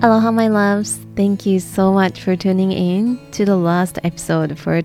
Aloha, my loves. Thank you so much for tuning in to the last episode for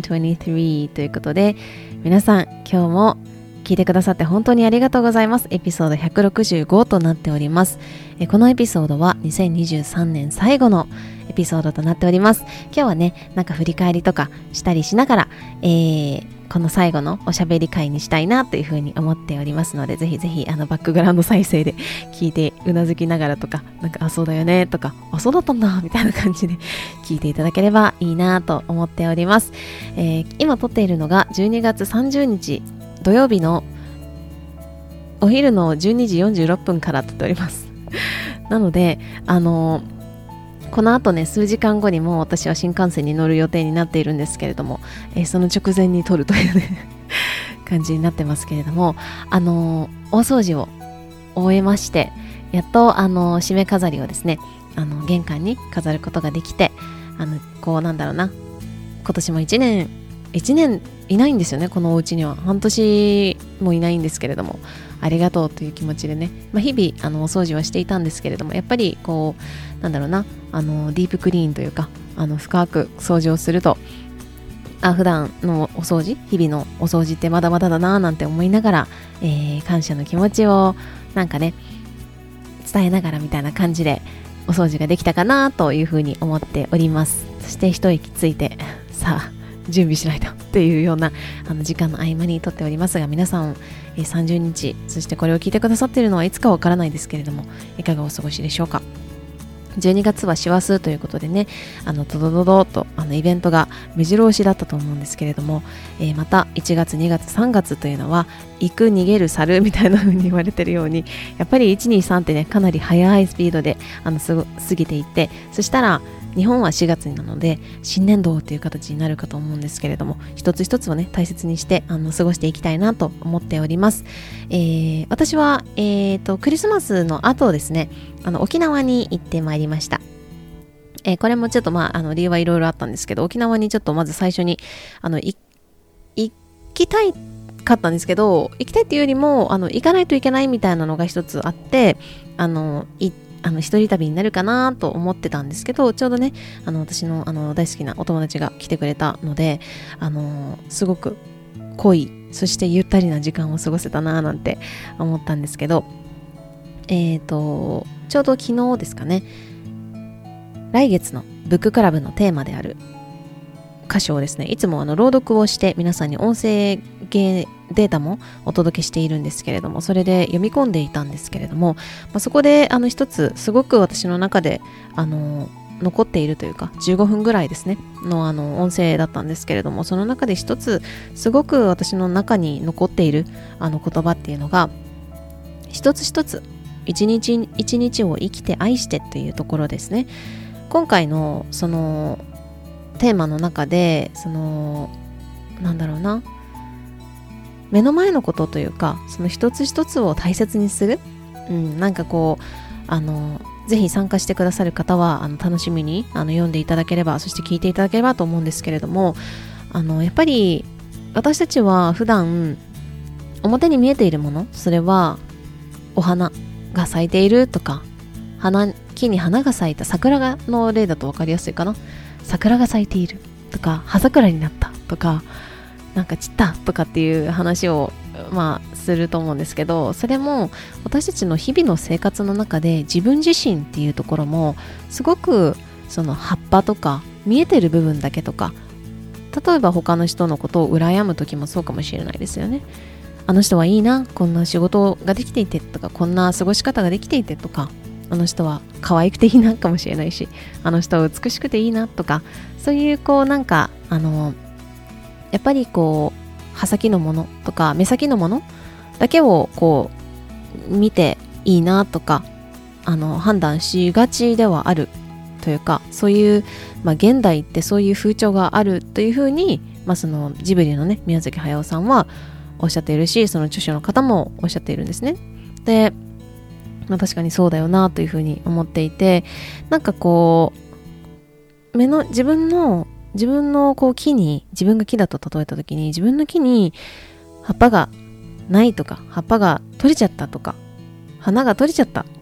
2023 ということで、皆さん今日も聞いてくださって本当にありがとうございます。エピソード165となっております。このエピソードは2023年最後のエピソードとなっております。今日はね、なんか振り返りとかしたりしながら、この最後のおしゃべり会にしたいなというふうに思っておりますので、ぜひぜひバックグラウンド再生で聞いてうなずきながらとか、なんかそうだよねとか、そうだったんだみたいな感じで聞いていただければいいなと思っております。今撮っているのが12月30日土曜日のお昼の12時46分から撮っておりますなのでこの後ね、数時間後にも私は新幹線に乗る予定になっているんですけれども、その直前に撮るというね感じになってますけれども、大掃除を終えまして、やっと締め飾りをですね、玄関に飾ることができて、こうなんだろうな、今年も1年いないんですよね、このお家には。半年もいないんですけれども、ありがとうという気持ちでね、日々お掃除はしていたんですけれども、やっぱりこうなんだろうな、ディープクリーンというか、深く掃除をすると、普段のお掃除、日々のお掃除ってまだまだだななんて思いながら、感謝の気持ちをなんかね伝えながらみたいな感じでお掃除ができたかなというふうに思っております。そして一息ついて、さあ準備しないとっていうような時間の合間に撮っておりますが、皆さん、30日、そしてこれを聞いてくださっているのはいつかわからないですけれども、いかがお過ごしでしょうか。12月は師走ということでね、ドドドドとイベントが目白押しだったと思うんですけれども、また1月2月3月というのは行く逃げる去るみたいな風に言われているように、やっぱり123ってね、かなり速いスピードで過ぎていって、そしたら日本は4月なので新年度という形になるかと思うんですけれども、一つ一つをね大切にして過ごしていきたいなと思っております。私は、クリスマスの後ですね、沖縄に行ってまいりました。これもちょっと理由はいろいろあったんですけど、沖縄にちょっとまず最初に行きたいかったんですけど、行きたいっていうよりも行かないといけないみたいなのが一つあって、一人旅になるかなと思ってたんですけど、ちょうどね私の大好きなお友達が来てくれたので、すごく濃い、そしてゆったりな時間を過ごせたななんて思ったんですけど、ちょうど昨日ですかね、来月のブッククラブのテーマである箇所をですね、いつも朗読をして皆さんに音声データもお届けしているんですけれども、それで読み込んでいたんですけれども、そこで一つすごく私の中で残っているというか、15分ぐらいですねの音声だったんですけれども、その中で一つすごく私の中に残っている言葉っていうのが、一つ一つ一日一日を生きて愛してっていうところですね。今回のそのテーマの中で、なんだろうな、目の前のことというか、その一つ一つを大切にする、なんかこうぜひ参加してくださる方は楽しみに読んでいただければ、そして聞いていただければと思うんですけれども、やっぱり私たちは普段表に見えているもの、それはお花が咲いているとか、木に花が咲いた、桜の例だと分かりやすいかな、桜が咲いているとか、葉桜になったとか、なんか散ったとかっていう話をすると思うんですけど、それも私たちの日々の生活の中で自分自身っていうところもすごくその葉っぱとか見えてる部分だけとか、例えば他の人のことを羨む時もそうかもしれないですよね。あの人はいいな、こんな仕事ができていてとか、こんな過ごし方ができていてとか、あの人は可愛くていいなかもしれないし、あの人は美しくていいなとか、そういうこうなんかやっぱりこう葉先のものとか目先のものだけをこう見ていいなとか判断しがちではあるというか、そういう、現代ってそういう風潮があるというふうに、そのジブリのね宮崎駿さんはおっしゃっているし、その著者の方もおっしゃっているんですね。で、確かにそうだよなというふうに思っていて、なんかこう自分のこう木に、自分が木だと例えた時に、自分の木に葉っぱがないとか、葉っぱが取れちゃったとか、花が取れちゃった、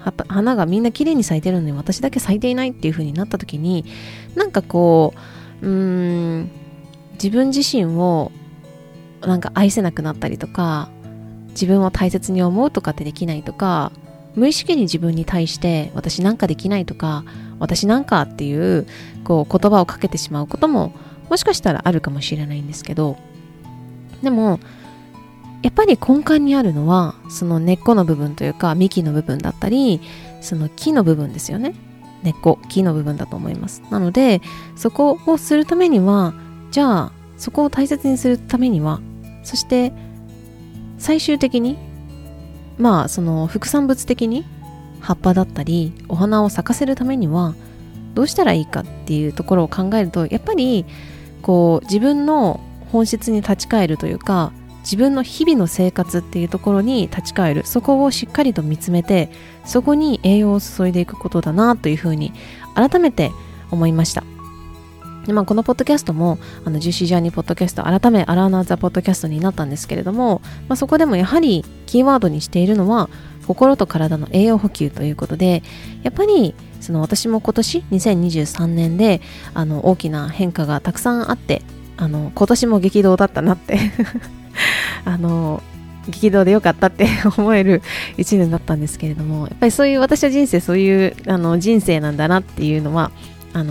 花がみんな綺麗に咲いてるのに私だけ咲いていないっていう風になった時に、なんかこう自分自身をなんか愛せなくなったりとか、自分を大切に思うとかってできないとか、無意識に自分に対して私なんかできないとか、私なんかっていうこう言葉をかけてしまうことももしかしたらあるかもしれないんですけど、でもやっぱり根幹にあるのはその根っこの部分というか幹の部分だったり、その木の部分ですよね。根っこ、木の部分だと思います。なのでそこをするためには、じゃあそこを大切にするためには、そして最終的にその副産物的に葉っぱだったりお花を咲かせるためにはどうしたらいいかっていうところを考えると、やっぱりこう自分の本質に立ち返るというか、自分の日々の生活っていうところに立ち返る、そこをしっかりと見つめて、そこに栄養を注いでいくことだなというふうに改めて思いました。でこのポッドキャストもジューシージャーニーポッドキャスト、改めアラーナーザポッドキャストになったんですけれども、そこでもやはりキーワードにしているのは心と体の栄養補給ということで、やっぱりその私も今年2023年で大きな変化がたくさんあって、今年も激動だったなって激動でよかったって思える一年だったんですけれども、やっぱりそういう私の人生、そういう人生なんだなっていうのは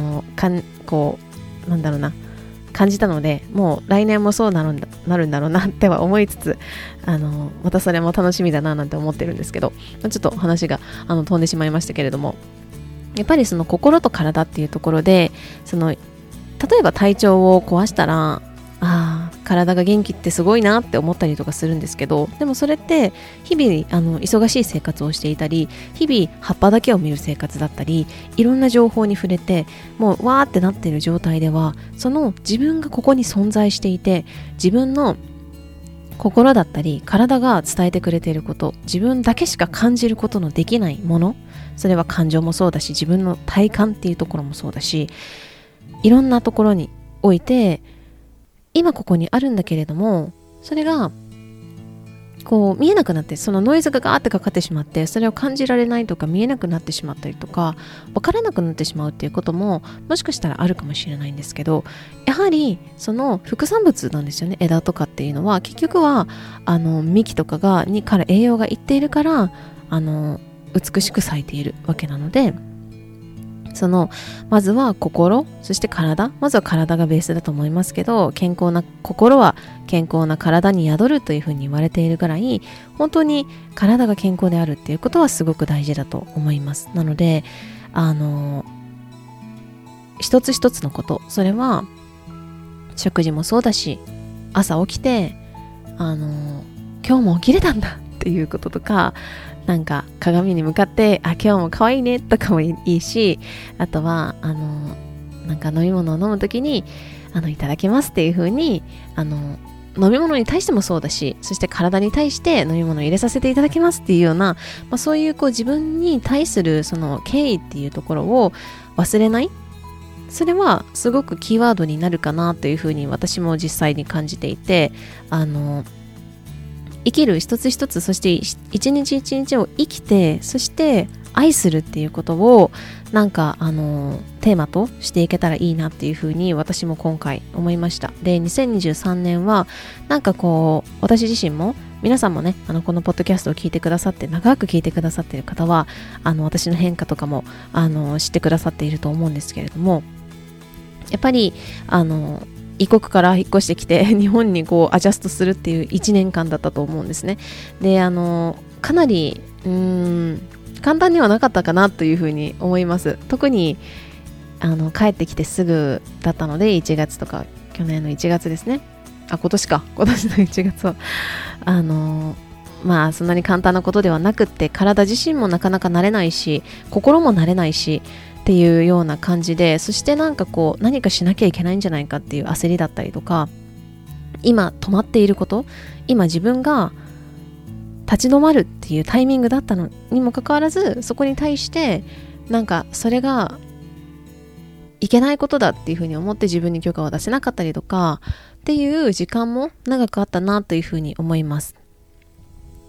感じたので、もう来年もそうなるんだろうなっては思いつつ、またそれも楽しみだななんて思ってるんですけど、ちょっと話が飛んでしまいましたけれども、やっぱりその心と体っていうところで、例えば体調を壊したら体が元気ってすごいなって思ったりとかするんですけど、でもそれって日々忙しい生活をしていたり、日々葉っぱだけを見る生活だったり、いろんな情報に触れてもうわーってなっている状態では、その自分がここに存在していて、自分の心だったり体が伝えてくれていること、自分だけしか感じることのできないもの、それは感情もそうだし、自分の体感っていうところもそうだし、いろんなところにおいて今ここにあるんだけれども、それがこう見えなくなって、そのノイズがガーってかかってしまって、それを感じられないとか見えなくなってしまったりとか、分からなくなってしまうっていうことももしかしたらあるかもしれないんですけど、やはりその副産物なんですよね。枝とかっていうのは結局は幹とかから栄養がいっているから美しく咲いているわけなので、まずは心、そして体、まずは体がベースだと思いますけど、健康な心は健康な体に宿るというふうに言われているぐらい、本当に体が健康であるっていうことはすごく大事だと思います。なので一つ一つのこと、それは食事もそうだし、朝起きて今日も起きれたんだっていうこととか、なんか鏡に向かって今日も可愛いねとかもいいし、あとはなんか飲み物を飲むときにいただきますっていう風に飲み物に対してもそうだし、そして体に対して飲み物を入れさせていただきますっていうような、そういう自分に対するその敬意っていうところを忘れない、それはすごくキーワードになるかなという風に私も実際に感じていて、生きる一つ一つ、そして一日一日を生きて、そして愛するっていうことをなんかテーマとしていけたらいいなっていうふうに私も今回思いました。で、2023年はなんか私自身も、皆さんもねこのポッドキャストを聞いてくださって、長く聞いてくださっている方は私の変化とかも知ってくださっていると思うんですけれども、やっぱり異国から引っ越してきて日本にアジャストするっていう1年間だったと思うんですね。でかなり簡単にはなかったかなというふうに思います。特に帰ってきてすぐだったので、1月とか去年の1月ですね、今年の1月はそんなに簡単なことではなくって、体自身もなかなか慣れないし、心も慣れないしっていうような感じで、そしてなんか何かしなきゃいけないんじゃないかっていう焦りだったりとか、今止まっていること、今自分が立ち止まるっていうタイミングだったのにもかかわらず、そこに対してなんかそれがいけないことだっていうふうに思って自分に許可を出せなかったりとかっていう時間も長くあったなというふうに思います。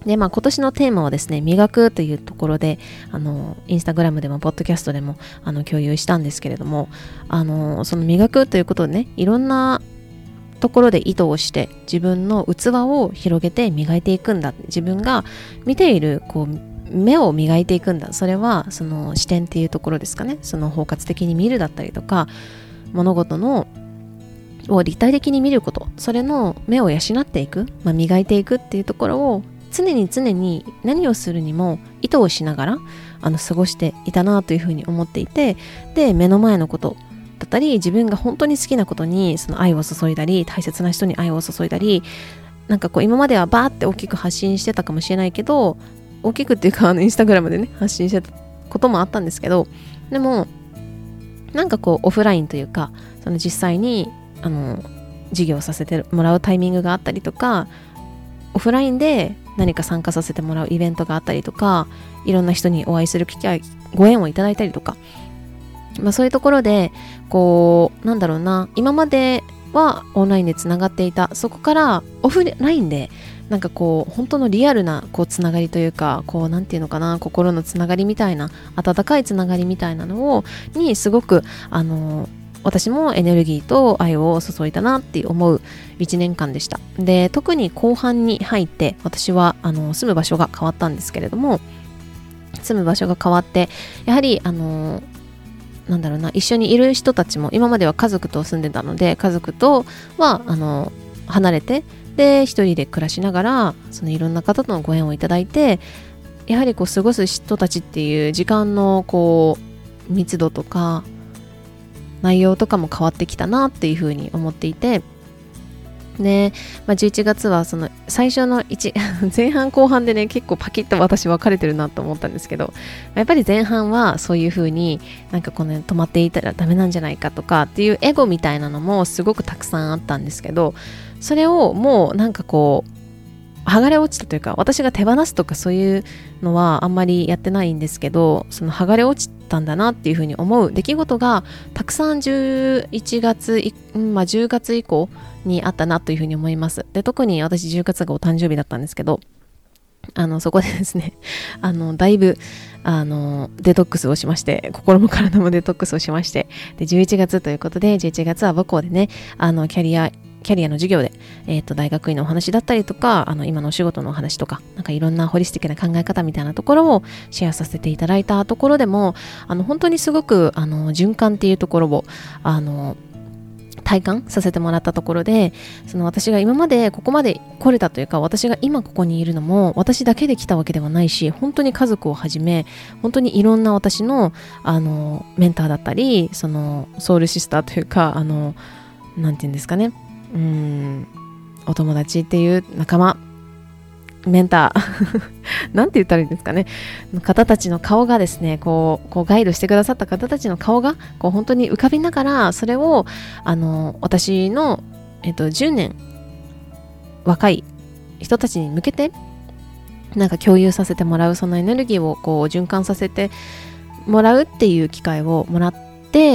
で、今年のテーマはですね、磨くというところで、インスタグラムでも、ポッドキャストでも、共有したんですけれども、その磨くということでね、いろんなところで意図をして、自分の器を広げて磨いていくんだ。自分が見ている、目を磨いていくんだ。それは、その視点っていうところですかね。その包括的に見るだったりとか、物事を立体的に見ること、それの目を養っていく、磨いていくっていうところを、常に何をするにも意図をしながら過ごしていたなというふうに思っていて、で、目の前のことだったり、自分が本当に好きなことにその愛を注いだり、大切な人に愛を注いだり、なんか今まではバーって大きく発信してたかもしれないけど、大きくっていうかインスタグラムでね発信してたこともあったんですけど、でもなんかオフラインというか、その実際に授業させてもらうタイミングがあったりとか、オフラインで何か参加させてもらうイベントがあったりとか、いろんな人にお会いする機会、ご縁をいただいたりとか、そういうところでなんだろうな、今まではオンラインでつながっていた、そこからオフラインでなんか本当のリアルなつながりというか、なんていうのかな、心のつながりみたいな、温かいつながりみたいなのにすごく私もエネルギーと愛を注いだなって思う1年間でした。で、特に後半に入って私は住む場所が変わったんですけれども、住む場所が変わってやはりなんだろうな、一緒にいる人たちも、今までは家族と住んでたので、家族とは離れて、で一人で暮らしながら、そのいろんな方とのご縁をいただいて、やはり過ごす人たちっていう時間の密度とか内容とかも変わってきたなっていうふうに思っていて、で、11月はその最初の前半後半でね、結構パキッと私分かれてるなと思ったんですけど、やっぱり前半はそういう風になんか止まっていたらダメなんじゃないかとかっていうエゴみたいなのもすごくたくさんあったんですけど、それをもうなんか剥がれ落ちたというか、私が手放すとかそういうのはあんまりやってないんですけど、その剥がれ落ちたんだなっていうふうに思う出来事がたくさん11月、10月以降にあったなというふうに思います。で、特に私10月がお誕生日だったんですけど、そこでですね、だいぶデトックスをしまして、心も体もデトックスをしまして、で11月ということで、11月は母校でね、キャリアの授業で、大学院のお話だったりとか、今のお仕事のお話とか、なんかいろんなホリスティックな考え方みたいなところをシェアさせていただいたところでも、本当にすごく循環っていうところを体感させてもらったところで、その私が今までここまで来れたというか、私が今ここにいるのも私だけで来たわけではないし、本当に家族をはじめ、本当にいろんな私のメンターだったり、そのソウルシスターというか、なんていうんですかね、お友達っていう仲間、メンターなんて言ったらいいんですかね、方たちの顔がですね、ガイドしてくださった方たちの顔が本当に浮かびながら、それを私の、10年若い人たちに向けてなんか共有させてもらう、そのエネルギーを循環させてもらうっていう機会をもらって、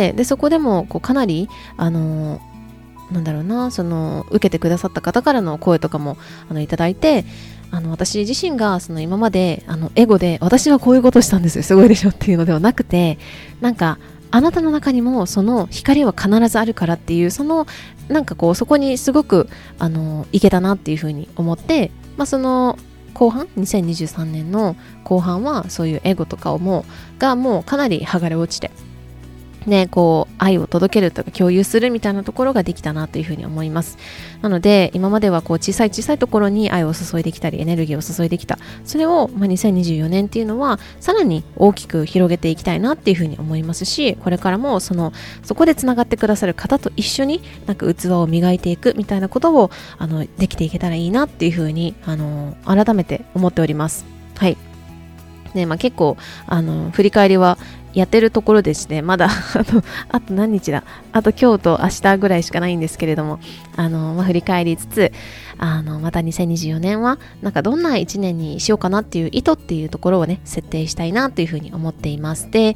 でそこでもかなりなんだろうな、その受けてくださった方からの声とかもいただいて、私自身がその今までエゴで私はこういうことをしたんですよ、すごいでしょっていうのではなくて、なんかあなたの中にもその光は必ずあるからっていう、そのなんかそこにすごくいけたなっていうふうに思って、その後半2023年の後半はそういうエゴとかをもうかなり剥がれ落ちて、ね、愛を届けるとか共有するみたいなところができたなというふうに思います。なので今までは小さいところに愛を注いできたりエネルギーを注いできた、それを、2024年っていうのはさらに大きく広げていきたいなっていうふうに思いますし、これからもそこでつながってくださる方と一緒になんか器を磨いていくみたいなことをできていけたらいいなっていうふうに改めて思っております。はいね、結構振り返りはやってるところですね。まだあと何日だ、あと今日と明日ぐらいしかないんですけれども、振り返りつつまた2024年はなんかどんな1年にしようかなっていう意図っていうところをね設定したいなというふうに思っています。で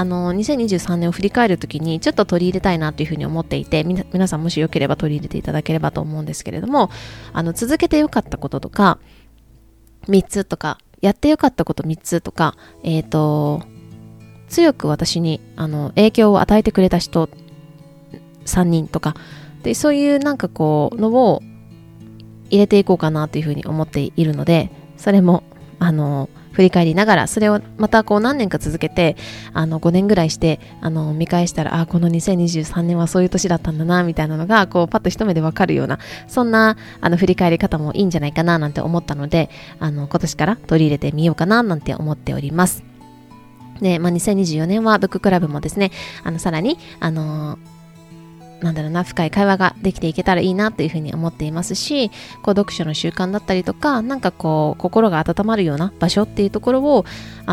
2023年を振り返るときにちょっと取り入れたいなというふうに思っていて、皆さんもしよければ取り入れていただければと思うんですけれども、続けてよかったこととか、 3つとか、やってよかったこと3つとか、強く私に影響を与えてくれた人3人とかで、そういうなんかこうのを入れていこうかなというふうに思っているので、それも振り返りながら、それをまたこう何年か続けて5年ぐらいして見返したら、この2023年はそういう年だったんだなみたいなのがこうパッと一目でわかるような、そんな振り返り方もいいんじゃないかななんて思ったので、今年から取り入れてみようかななんて思っております。で、2024年はブッククラブもですね、さらに深い会話ができていけたらいいなというふうに思っていますし、こう読書の習慣だったりとか、なんかこう心が温まるような場所っていうところを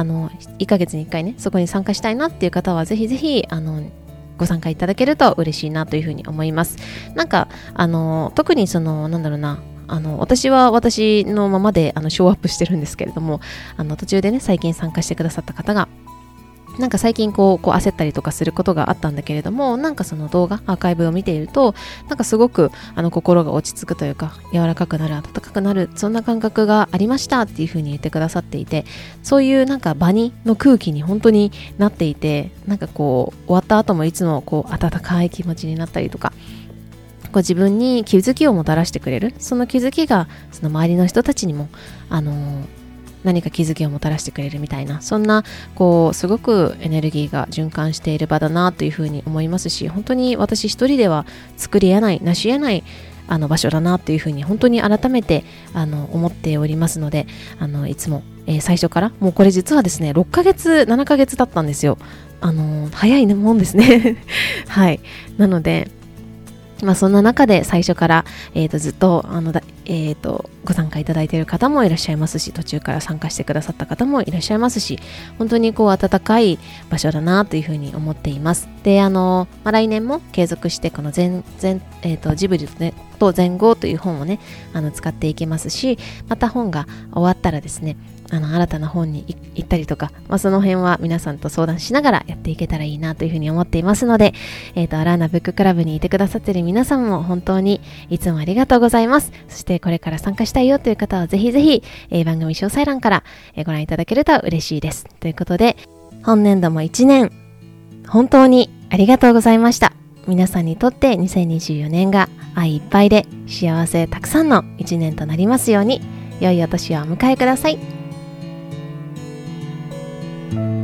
1ヶ月に1回ね、そこに参加したいなっていう方はぜひぜひご参加いただけると嬉しいなというふうに思います。なんか特に私は私のままでショーアップしてるんですけれども、途中でね最近参加してくださった方がなんか最近こう焦ったりとかすることがあったんだけれども、なんかその動画アーカイブを見ていると、なんかすごく心が落ち着くというか、柔らかくなる、温かくなる、そんな感覚がありましたっていう風に言ってくださっていて、そういうなんか場の空気に本当になっていて、なんかこう終わった後もいつもこう温かい気持ちになったりとか、こう自分に気づきをもたらしてくれる、その気づきがその周りの人たちにも何か気づきをもたらしてくれるみたいな、そんなこうすごくエネルギーが循環している場だなというふうに思いますし、本当に私一人では作り得ない、成し得ない場所だなというふうに本当に改めて思っておりますので、いつも、最初からもうこれ実はですね6ヶ月7ヶ月だったんですよ。早いもんですねはい。なのでそんな中で最初から、ずっとご参加いただいている方もいらっしゃいますし、途中から参加してくださった方もいらっしゃいますし、本当にこう温かい場所だなというふうに思っています。で、来年も継続してこのジブリと前後という本をね使っていきますし、また本が終わったらですね新たな本に行ったりとか、その辺は皆さんと相談しながらやっていけたらいいなというふうに思っていますので、アラーナブッククラブにいてくださっている皆さんも本当にいつもありがとうございます。そしてこれから参加したいよという方はぜひぜひ、番組詳細欄から、ご覧いただけると嬉しいです。ということで、本年度も1年本当にありがとうございました。皆さんにとって2024年が愛いっぱいで幸せたくさんの1年となりますように。良いお年をお迎えください。